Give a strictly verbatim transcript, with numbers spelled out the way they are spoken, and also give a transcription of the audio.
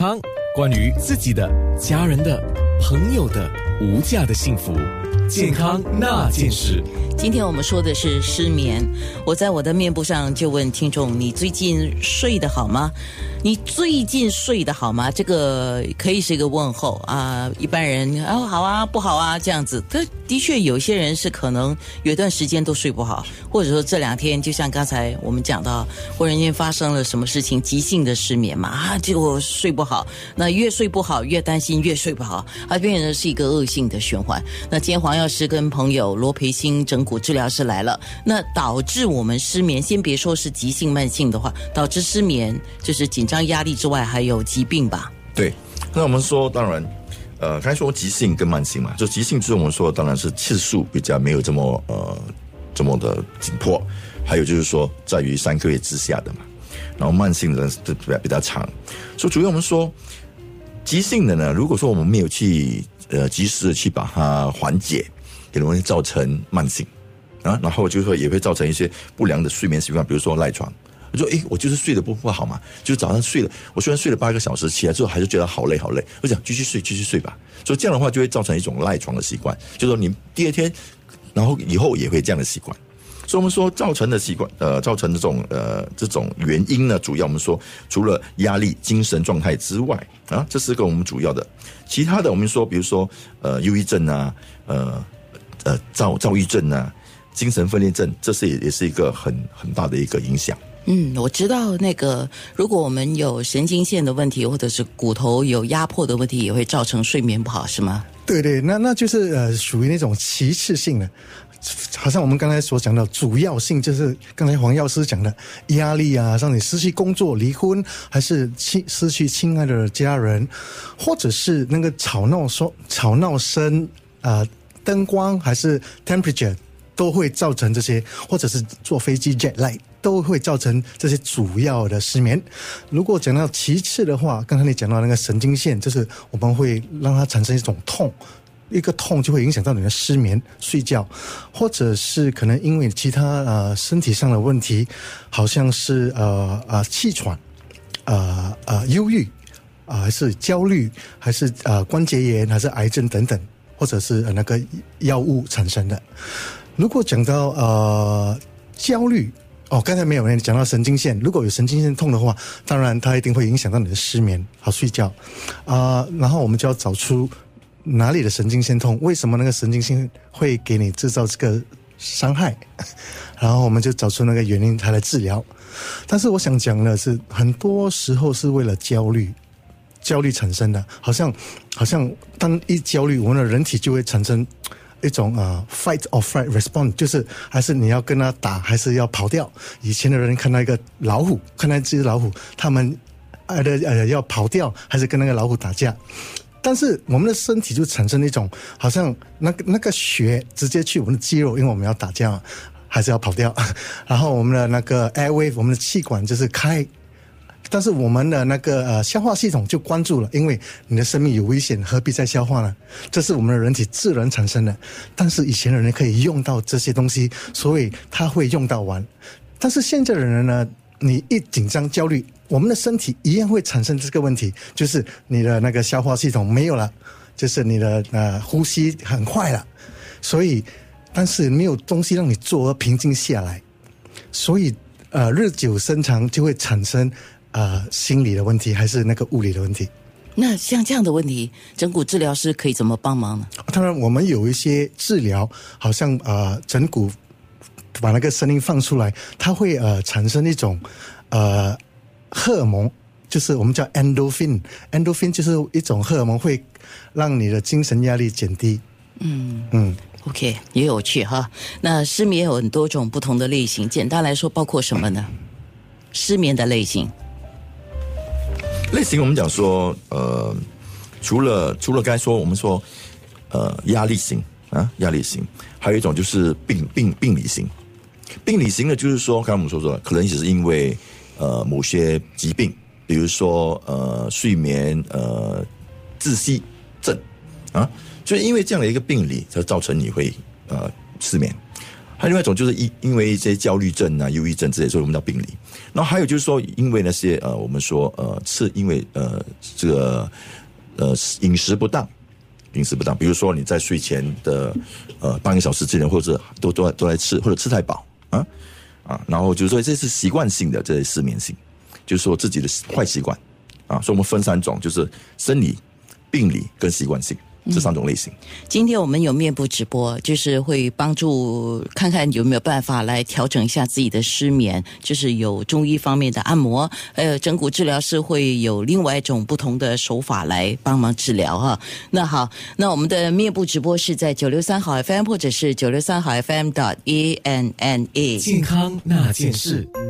康，关于自己的、家人的、朋友的无价的幸福，健康那件事。 今天我们说的是失眠。我在我的面部上就问听众：你最近睡得好吗？你最近睡得好吗？这个可以是一个问候啊。一般人哦好啊，不好啊这样子。可的确有些人是可能有一段时间都睡不好，或者说这两天就像刚才我们讲到，忽然间发生了什么事情，急性的失眠嘛啊，结果睡不好，那越睡不好越担心，越睡不好，它变成是一个恶性的循环。那今天黄药师跟朋友罗培新整骨治疗师来了，那导致我们失眠，先别说是急性慢性的话，导致失眠就是紧张压力之外还有疾病吧。 对，那我们说当然呃，刚才说急性跟慢性嘛，就急性就是我们说当然是次数比较没有这么呃这么的紧迫，还有就是说在于三个月之下的嘛，然后慢性的就比较比较长，所以主要我们说急性的呢，如果说我们没有去呃及时的去把它缓解，也容易造成慢性啊，然后就是说也会造成一些不良的睡眠习惯，比如说赖床。我说，诶，我就是睡得不不好嘛，就是早上睡了，我虽然睡了八个小时，起来之后还是觉得好累好累，我想继续睡继续睡吧。所以这样的话就会造成一种赖床的习惯，就是说你第二天，然后以后也会这样的习惯。所以我们说造成的习惯，呃，造成这种呃这种原因呢，主要我们说除了压力、精神状态之外啊，这是个我们主要的。其他的我们说，比如说呃忧郁症啊，呃呃躁躁郁症啊，精神分裂症，这是也也是一个很很大的一个影响。 嗯，我知道那个，如果我们有神经线的问题，或者是骨头有压迫的问题，也会造成睡眠不好，是吗？ 对对，那那就是呃属于那种其次性的，好像我们刚才所讲的主要性，就是刚才黄药师讲的压力啊，让你失去工作、离婚，还是亲失去亲爱的家人，或者是那个吵闹声、吵闹声啊、呃，灯光还是 temperature 都会造成这些，或者是坐飞机 jet lag。都会造成这些主要的失眠。如果讲到其次的话，刚才你讲到那个神经线，就是我们会让它产生一种痛，一个痛就会影响到你的失眠、睡觉，或者是可能因为其他呃身体上的问题，好像是呃呃气喘、呃呃忧郁啊、呃，还是焦虑，还是呃关节炎，还是癌症等等，或者是、呃、那个药物产生的。如果讲到呃焦虑。哦，刚才没有人讲到神经线，如果有神经线痛的话，当然它一定会影响到你的失眠、好睡觉啊、呃。然后我们就要找出哪里的神经线痛，为什么那个神经线会给你制造这个伤害，然后我们就找出那个原因，才来治疗。但是我想讲的是，很多时候是为了焦虑，焦虑产生的，好像好像当一焦虑，我们的人体就会产生。一种呃 fight or flight response， 就是还是你要跟他打，还是要跑掉。以前的人看到一个老虎，看到一只老虎，他们呃呃要跑掉，还是跟那个老虎打架。但是我们的身体就产生一种好像那个那个血直接去我们的肌肉，因为我们要打架，还是要跑掉。然后我们的那个 airway， 我们的气管就是开。但是我们的那个呃消化系统就关住了，因为你的生命有危险，何必再消化呢？这是我们的人体自然产生的。但是以前的人可以用到这些东西，所以他会用到完。但是现在的人呢，你一紧张焦虑，我们的身体一样会产生这个问题，就是你的那个消化系统没有了，就是你的呃呼吸很快了，所以但是没有东西让你做而平静下来，所以呃日久生长就会产生。呃，心理的问题还是那个物理的问题？ 那像这样的问题，整骨治疗师可以怎么帮忙呢？ 当然，我们有一些治疗，好像呃整骨把那个声音放出来，它会呃产生一种呃荷尔蒙，就是我们叫 endorphin，endorphin 就是一种荷尔蒙，会让你的精神压力减低。嗯嗯。 OK， 也有趣哈。那失眠有很多种不同的类型，简单来说包括什么呢？失眠的类型。 类型我们讲说，呃，除了除了刚才说我们说，呃，压力型啊，压力型，还有一种就是病病病理型。病理型的就是说，刚才我们说说，可能只是因为呃某些疾病，比如说呃睡眠呃窒息症啊，就是因为这样的一个病理，才造成你会呃失眠。 还有另外一种就是因因为一些焦虑症啊、忧郁症之类，所以我们叫病理。然后还有就是说，因为那些呃，我们说呃，是因为呃这个呃饮食不当，饮食不当，比如说你在睡前的呃半个小时之前，或者都都都在吃，或者吃太饱啊啊，然后就是说这是习惯性的这些失眠性，就是说自己的坏习惯啊，所以我们分三种，就是生理、病理跟习惯性。这三种类型。 今天我们有面部直播，就是会帮助看看有没有办法来调整一下自己的失眠，就是有中医方面的按摩，还有整骨治疗师会有另外一种不同的手法来帮忙治疗哈。那好，那我们的面部直播是在九六三好 F M 或者是九六三好 F M dot A N N A 健康那件事。